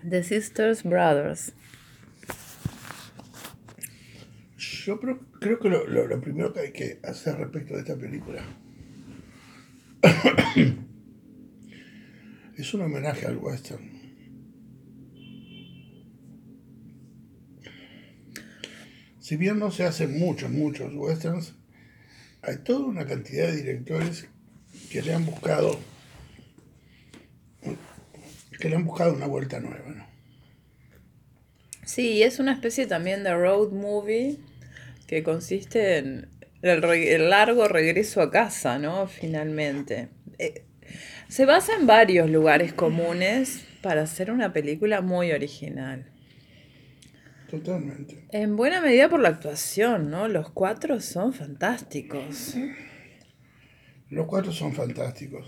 The Sisters Brothers. Yo creo que lo primero que hay que hacer respecto de esta película es un homenaje al western. Si bien no se hacen muchos westerns, hay toda una cantidad de directores que le han buscado una vuelta nueva, ¿no? Sí, es una especie también de road movie que consiste en el largo regreso a casa, ¿no? Finalmente. Se basa en varios lugares comunes para hacer una película muy original. Totalmente. En buena medida por la actuación, ¿no? Los cuatro son fantásticos. Los cuatro son fantásticos.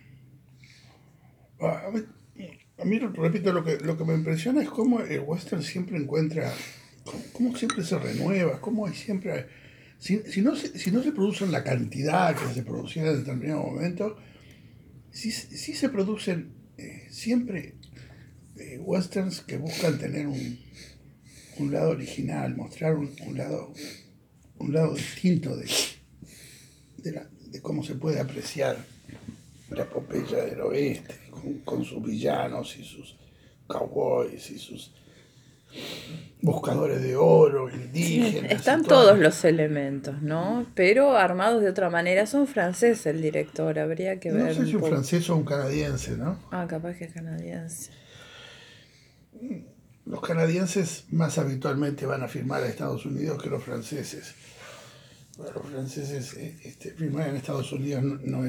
A mí, repito, lo que me impresiona es cómo el western siempre encuentra, cómo siempre se renueva, cómo hay siempre... Si no se produce en la cantidad que se producía en determinado momento, sí se producen siempre westerns que buscan tener un lado original, mostrar un lado distinto de cómo se puede apreciar la epopeya del oeste, con sus villanos y sus cowboys y sus buscadores de oro, Sí, indígenas y están todas todos las... los elementos, ¿no? Pero armados de otra manera. Son francés el director, habría que No ver sé un si un poco. francés o un canadiense, ¿no? Ah, capaz que es canadiense. Los canadienses más habitualmente van a firmar a Estados Unidos que los franceses. Bueno, los franceses firmar en Estados Unidos no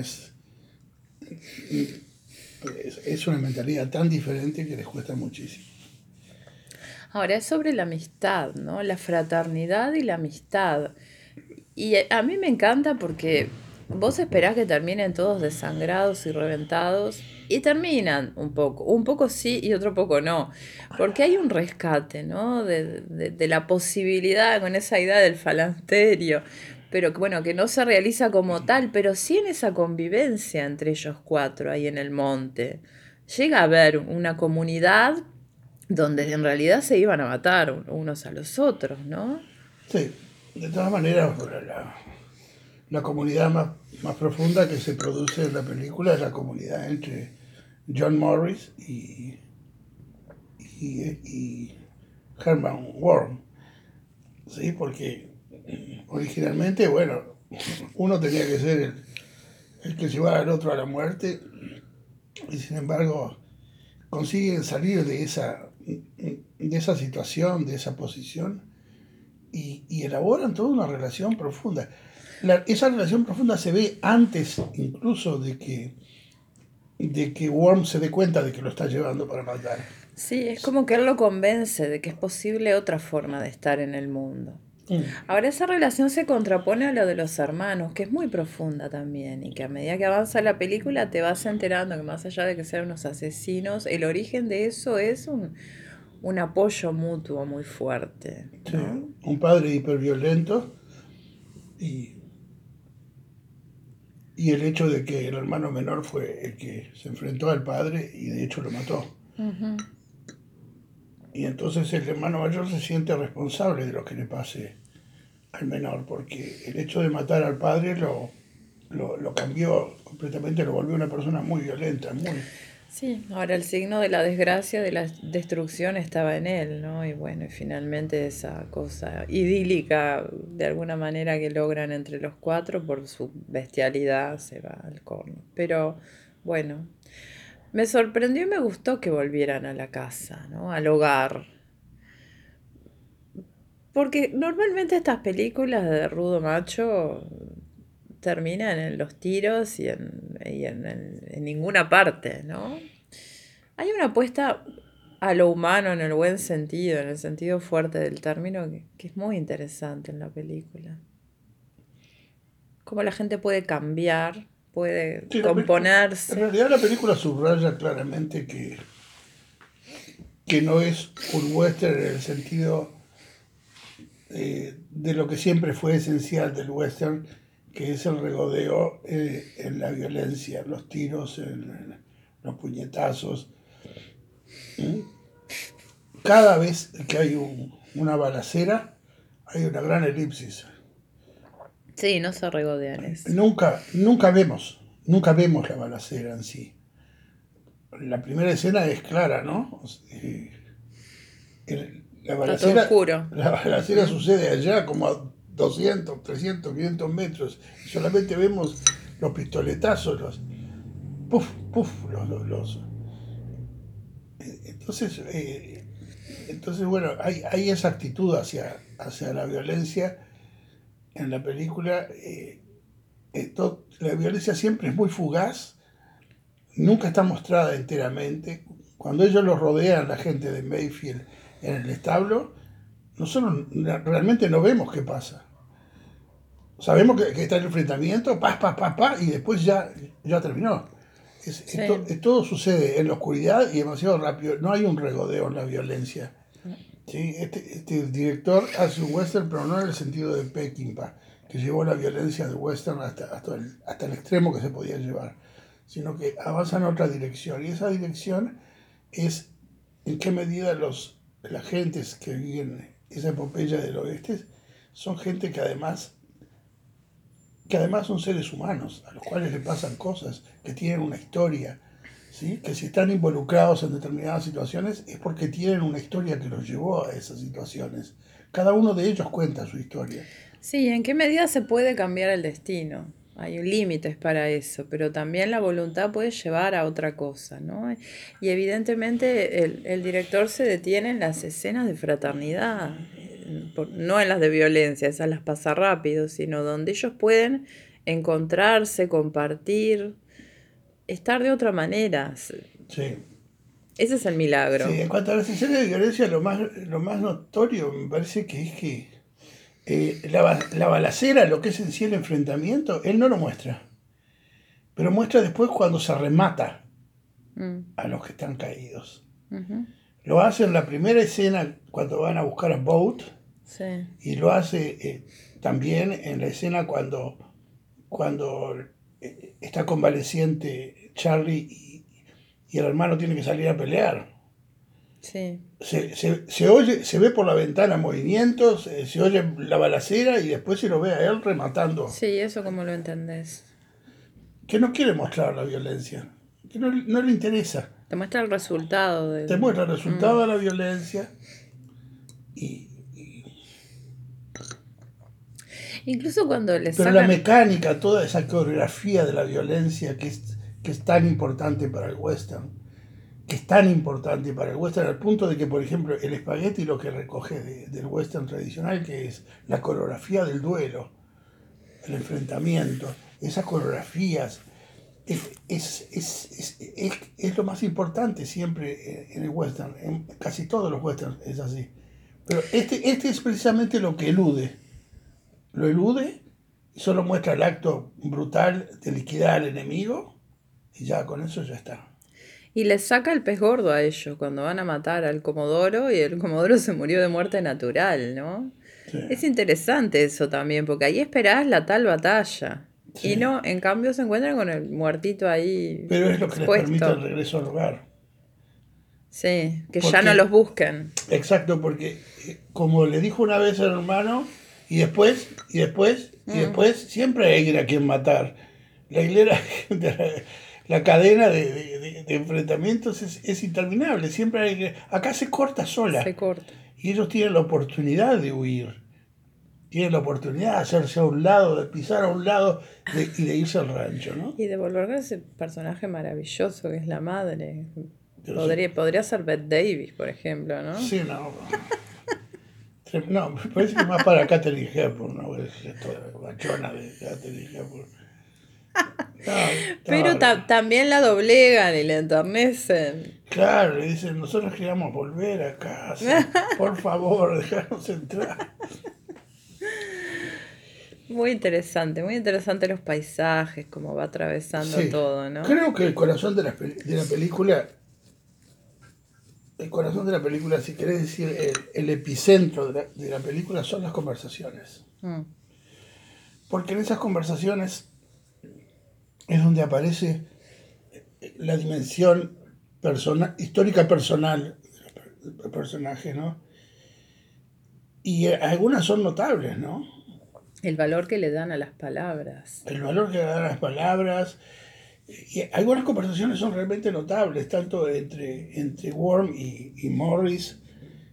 es una mentalidad tan diferente que les cuesta muchísimo. Ahora es sobre la amistad, ¿no? La fraternidad y la amistad. Y a mí me encanta porque vos esperás que terminen todos desangrados y reventados y terminan un poco sí y otro poco no, porque hay un rescate, ¿no? De la posibilidad con esa idea del falansterio, pero que bueno, que no se realiza como tal, pero sí en esa convivencia entre ellos cuatro ahí en el monte. Llega a haber una comunidad donde en realidad se iban a matar unos a los otros, ¿no? Sí, de todas maneras, la comunidad más profunda que se produce en la película es la comunidad entre John Morris y Herman Worm, ¿sí? Porque originalmente, bueno, uno tenía que ser el que llevara al otro a la muerte y sin embargo consiguen salir de esa situación, de esa posición y elaboran toda una relación profunda. Esa relación profunda se ve antes incluso de que Worm se dé cuenta de que lo está llevando para matar. Sí, es como que él lo convence de que es posible otra forma de estar en el mundo. Mm. Ahora esa relación se contrapone a lo de los hermanos, que es muy profunda también, y que a medida que avanza la película te vas enterando que más allá de que sean unos asesinos, el origen de eso es un apoyo mutuo muy fuerte, Sí, ¿no? un padre hiperviolento y, y el hecho de que el hermano menor fue el que se enfrentó al padre y de hecho lo mató. Ujú. Y entonces el hermano mayor se siente responsable de lo que le pase al menor, porque el hecho de matar al padre lo cambió completamente, lo volvió una persona muy violenta, muy... Sí, ahora el signo de la desgracia, de la destrucción estaba en él, ¿no? Y bueno, y finalmente esa cosa idílica, de alguna manera que logran entre los cuatro, por su bestialidad, se va al corno. Pero bueno, me sorprendió y me gustó que volvieran a la casa, ¿no? Al hogar. Porque normalmente estas películas de Rudo Macho terminan en los tiros en ninguna parte, ¿no? Hay una apuesta a lo humano en el buen sentido, en el sentido fuerte del término, que es muy interesante en la película. Cómo la gente puede cambiar, puede Sí, en componerse. realidad la película subraya claramente que no es un western en el sentido de lo que siempre fue esencial del western, que es el regodeo en la violencia, los tiros, los puñetazos. ¿Mm? cada vez que hay una balacera, hay una gran elipsis. Sí, no se regodean eso. Nunca vemos la balacera en sí. La primera escena es clara, ¿no? La Está todo balacera, oscuro. la balacera sucede allá como a 200, 300, 500 metros. Y solamente vemos los pistoletazos, los puff, puff, entonces, entonces, bueno, hay esa actitud hacia la violencia en la película. La violencia siempre es muy fugaz, nunca está mostrada enteramente. Cuando ellos los rodean, la gente de Mayfield, en el establo, nosotros realmente no vemos qué pasa. Sabemos que está el enfrentamiento, y después ya terminó. Sí. Todo sucede en la oscuridad y demasiado rápido. No hay un regodeo en la violencia. ¿Sí? Este director hace un western, pero no en el sentido de Peckinpah, que llevó la violencia del western hasta el extremo que se podía llevar, sino que avanza en otra dirección. Y esa dirección es en qué medida la gentes que viven esa epopeya del oeste son gente que además son seres humanos, a los cuales le pasan cosas, que tienen una historia, ¿sí? Que si están involucrados en determinadas situaciones es porque tienen una historia que los llevó a esas situaciones. Cada uno de ellos cuenta su historia. Sí, ¿en qué medida se puede cambiar el destino? Hay límites para eso, pero también la voluntad puede llevar a otra cosa, ¿no? Y evidentemente el director se detiene en las escenas de fraternidad, no en las de violencia, esas las pasa rápido, sino donde ellos pueden encontrarse, compartir, estar de otra manera. Sí. Ese es el milagro. Sí, en cuanto a las escenas de violencia, lo más notorio me parece que es que la balacera, lo que es en sí el enfrentamiento, él no lo muestra. Pero muestra después cuando se remata a los que están caídos. Ujú. Lo hace en la primera escena cuando van a buscar a Boat. Sí. Y lo hace también en la escena cuando está convaleciente Charlie y el hermano tiene que salir a pelear. Sí. Se ve por la ventana movimientos, se oye la balacera y después se lo ve a él rematando. Sí, ¿eso cómo lo entendés? Que no quiere mostrar la violencia, que no le interesa. Te muestra el resultado Te muestra el resultado de la violencia y, Incluso cuando le pero sacan... la mecánica, toda esa coreografía de la violencia que es tan importante para el western, que es tan importante para el western al punto de que, por ejemplo, el espagueti lo que recoge del western tradicional, que es la coreografía del duelo, el enfrentamiento, esas coreografías, es lo más importante siempre en el western, en casi todos los westerns es así. Pero este es precisamente lo que lo elude y solo muestra el acto brutal de liquidar al enemigo y ya con eso ya está. Y les saca el pez gordo a ellos cuando van a matar al Comodoro y el Comodoro se murió de muerte natural, ¿no? Sí. Es interesante eso también, porque ahí esperás la tal batalla. Sí. Y no, en cambio se encuentran con el muertito ahí. Pero es lo que expuesto. les permite el regreso al hogar. Sí, que ya no los busquen. Exacto, porque como le dijo una vez al hermano, y después, siempre hay alguien a quien matar. La hilera, la cadena de enfrentamientos es interminable. Siempre hay que. Acá se corta sola. Se corta. Y ellos tienen la oportunidad de huir. Tienen la oportunidad de hacerse a un lado, de pisar a un lado y de irse al rancho, ¿no? Y de volver a ese personaje maravilloso que es la madre. Sí. Podría ser Bette Davis, por ejemplo, ¿no? Sí, no. No, me parece que más para Katharine Hepburn, ¿no? Es toda machona de Katharine Hepburn. Pero también la doblegan y la enternecen. Claro, le dicen, nosotros queríamos volver a casa. Por favor, déjanos entrar. Muy interesante los paisajes, cómo va atravesando todo, ¿no? Creo que el corazón de la película, si querés decir, el epicentro de la película son las conversaciones. Porque en esas conversaciones es donde aparece la dimensión histórica personal personajes, ¿no? Y algunas son notables, ¿no? El valor que le dan a las palabras. El valor que dan las palabras. Y algunas conversaciones son realmente notables, tanto entre Worm y Morris.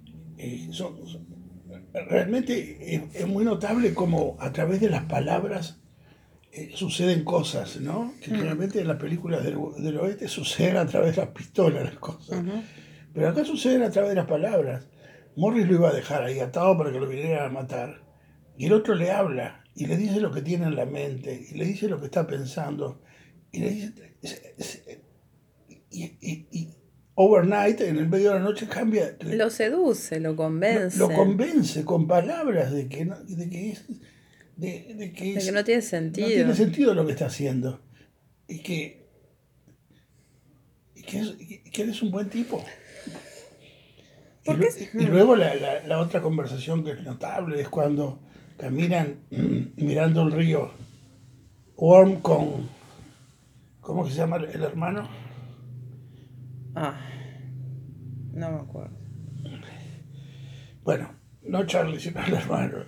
Realmente es muy notable cómo a través de las palabras suceden cosas, ¿no? Que generalmente en las películas del oeste suceden a través de las pistolas las cosas. Pero acá suceden a través de las palabras. Morris lo iba a dejar ahí atado para que lo vinieran a matar. Y el otro le habla y le dice lo que tiene en la mente y le dice lo que está pensando. Y le dice... Y overnight, en el medio de la noche, cambia. Lo seduce, lo convence. Lo convence con palabras de que, de que no tiene sentido. No tiene sentido lo que está haciendo. Y que eres un buen tipo. Y luego la otra conversación que es notable es cuando caminan mirando el río. Worm con... ¿Cómo que se llama el hermano? No me acuerdo. Bueno, no Charlie, sino el hermano.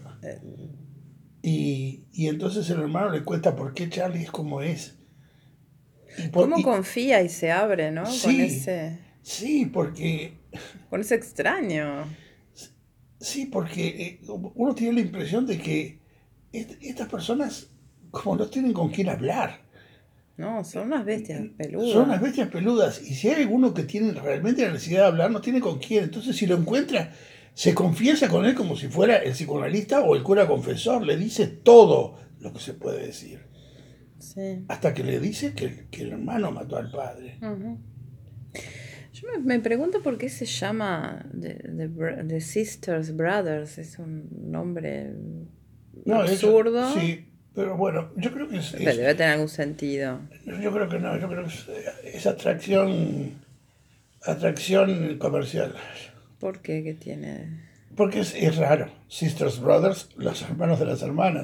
Y entonces el hermano le cuenta por qué Charlie es como es. ¿Cómo confía y se abre, no? Sí, sí, porque... Con ese extraño. Sí, porque uno tiene la impresión de que estas personas como no tienen con quién hablar. No, son unas bestias peludas. Son unas bestias peludas. Y si hay alguno que tiene realmente la necesidad de hablar, no tiene con quién. Entonces si lo encuentra, se confiesa con él como si fuera el psicoanalista o el cura confesor. Le dice todo lo que se puede decir. Sí. Hasta que le dice que el hermano mató al padre. Yo me pregunto por qué se llama The Sisters Brothers. Es un nombre absurdo. Sí, pero bueno, yo creo que pero debe tener algún sentido. Yo creo que no, yo creo que es atracción comercial. ¿Por qué? ¿Qué tiene? Porque es raro. Sisters, Brothers, los hermanos de las hermanas.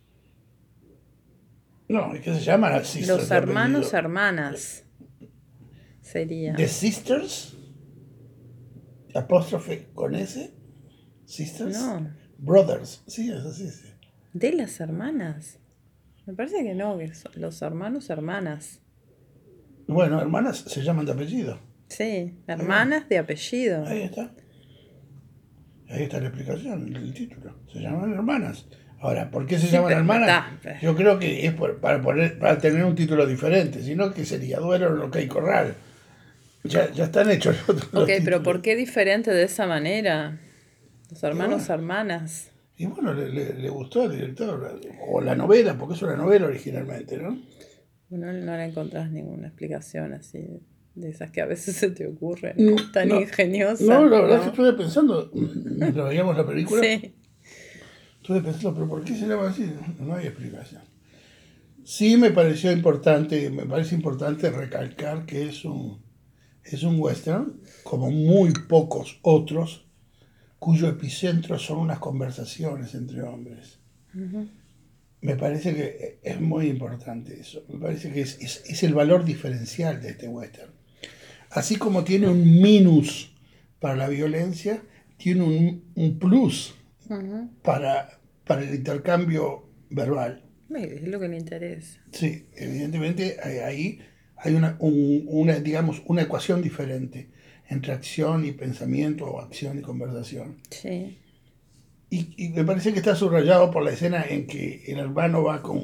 No, es que se llaman las Sisters. Los hermanos, hermanas. Sería. The Sisters, apóstrofe con S. Sisters. No. Brothers. Sí, es así. Sí. ¿De las hermanas? Me parece que no, que son los hermanos, hermanas. Bueno, hermanas se llaman de apellido. Sí, hermanas de apellido. Ahí está. Ahí está la explicación del título. Se llaman hermanas. Ahora, ¿por qué se llaman hermanas? Yo creo que es para tener un título diferente, sino que sería Duelo en Loca y Corral. Ya están hechos los Ok, pero ¿por qué diferente de esa manera? Los hermanos, hermanas. Y bueno, le gustó al director, o la novela, porque es una novela originalmente, ¿no? Bueno, no le encontrás ninguna explicación así, de esas que a veces se te ocurren, tan ingeniosas. No, la verdad es que estuve pensando, mientras veíamos la película, sí. Estuve pensando, pero ¿por qué se llama así? No hay explicación. Sí me parece importante recalcar que es un western, como muy pocos otros, cuyo epicentro son unas conversaciones entre hombres. Me parece que es muy importante eso. Me parece que es el valor diferencial de este western. Así como tiene un minus para la violencia, tiene un plus para el intercambio verbal. Es lo que le interesa. Sí, evidentemente ahí hay una ecuación diferente entre acción y pensamiento o acción y conversación. Sí. Y me parece que está subrayado por la escena en que el hermano va con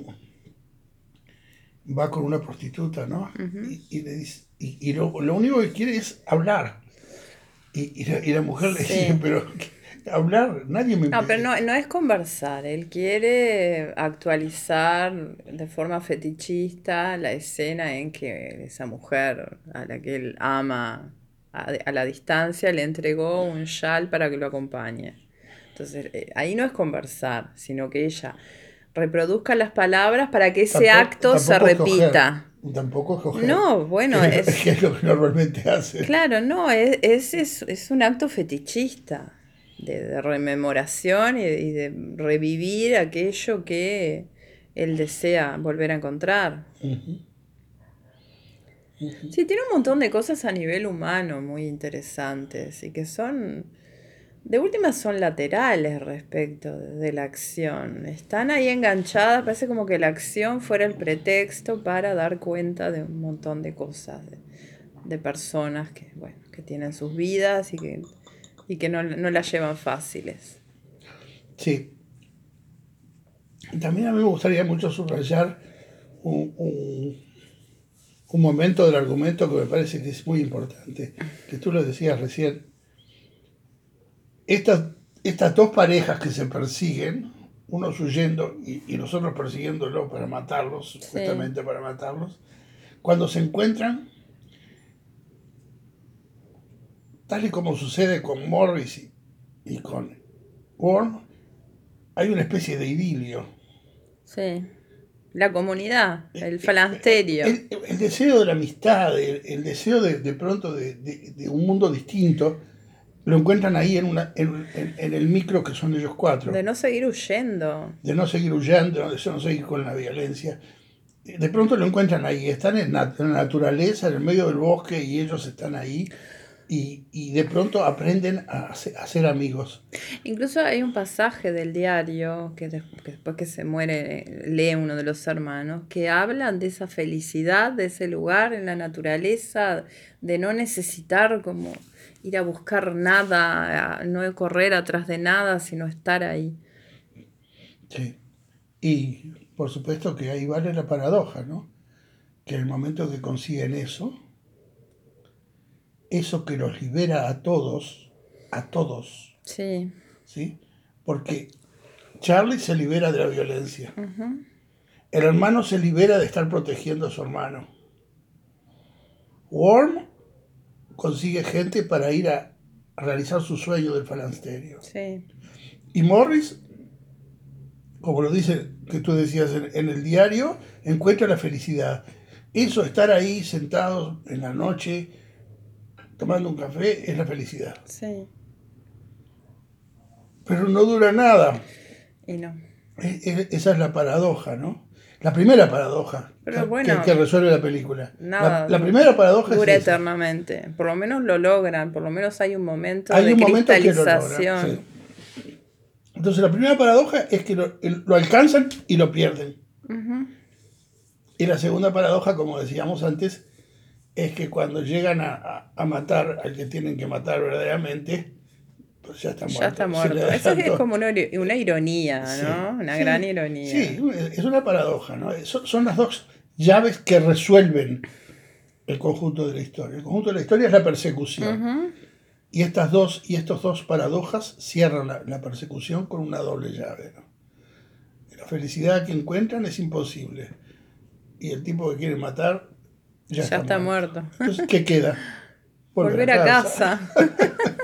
una prostituta, ¿no? Y le dice, y lo único que quiere es hablar. Y la mujer le dice, pero hablar, nadie me... No, pero no es conversar, él quiere actualizar de forma fetichista la escena en que esa mujer a la que él ama a la distancia le entregó un chal para que lo acompañe. Entonces, ahí no es conversar, sino que ella reproduzca las palabras para que ese acto se repita. Tampoco es coger. No, bueno, que es lo que normalmente hace. Claro, no, es un acto fetichista de rememoración y de revivir aquello que él desea volver a encontrar. Sí, tiene un montón de cosas a nivel humano muy interesantes y que son, de última son laterales respecto de la acción. Están ahí enganchadas, parece como que la acción fuera el pretexto para dar cuenta de un montón de cosas, de personas que, bueno, que tienen sus vidas y que no las llevan fáciles. Sí. También a mí me gustaría mucho subrayar un, un- un momento del argumento que me parece que es muy importante, que tú lo decías recién. Estas dos parejas que se persiguen, unos huyendo y los otros persiguiéndolo para matarlos, Sí, supuestamente para matarlos, cuando se encuentran, tal y como sucede con Morris y con Worm, hay una especie de idilio. sí. La comunidad, el El, falansterio. el deseo de la amistad, el deseo de pronto de un mundo distinto, lo encuentran ahí en el micro que son ellos De cuatro, no seguir huyendo. de no seguir huyendo, de no seguir con la violencia. De pronto lo encuentran ahí, están en la naturaleza, en el medio del bosque y ellos están ahí y de pronto aprenden a ser amigos. Incluso hay un pasaje del diario que después que se muere lee uno de los hermanos, que hablan de esa felicidad, de ese lugar en la naturaleza, de no necesitar como ir a buscar nada, no correr atrás de nada, sino estar ahí. Sí. Y por supuesto que ahí vale la paradoja, ¿no? Que en el momento que consiguen eso que los libera a todos, Sí. ¿sí? Porque Charlie se libera de la violencia, Ujú. el hermano se libera de estar protegiendo a su hermano, Worm consigue gente para ir a realizar su sueño del falansterio. Sí. Y Morris, como lo dice que tú decías en el diario, encuentra la felicidad. Eso, estar ahí sentados en la noche, tomando un café, es la felicidad. Sí. Pero no dura nada. Y no. Esa es la paradoja, ¿no? La primera paradoja Pero que bueno, resuelve la película. nada La primera paradoja es dura esa. eternamente. Por lo menos lo logran, por lo menos hay un momento Hay de un momento que lo logran. Sí. cristalización. Entonces la primera paradoja es que lo alcanzan y lo pierden. Ujú. Y la segunda paradoja, como decíamos antes, es que cuando llegan a matar al que tienen que matar verdaderamente, pues ya está Ya está muerto. Se le muerto. Eso es adelantó. como una ironía, Sí, ¿no? Una gran sí, ironía. sí, es una paradoja, ¿no? Son las dos llaves que resuelven el conjunto de la historia. El conjunto de la historia es la persecución. Ujú. Y estos dos paradojas cierran la persecución con una doble llave, ¿no? La felicidad que encuentran es imposible. Y el tipo que quieren matar ya Ya está está muerto. muerto. Entonces, ¿qué queda? Volver a Volver a casa. casa.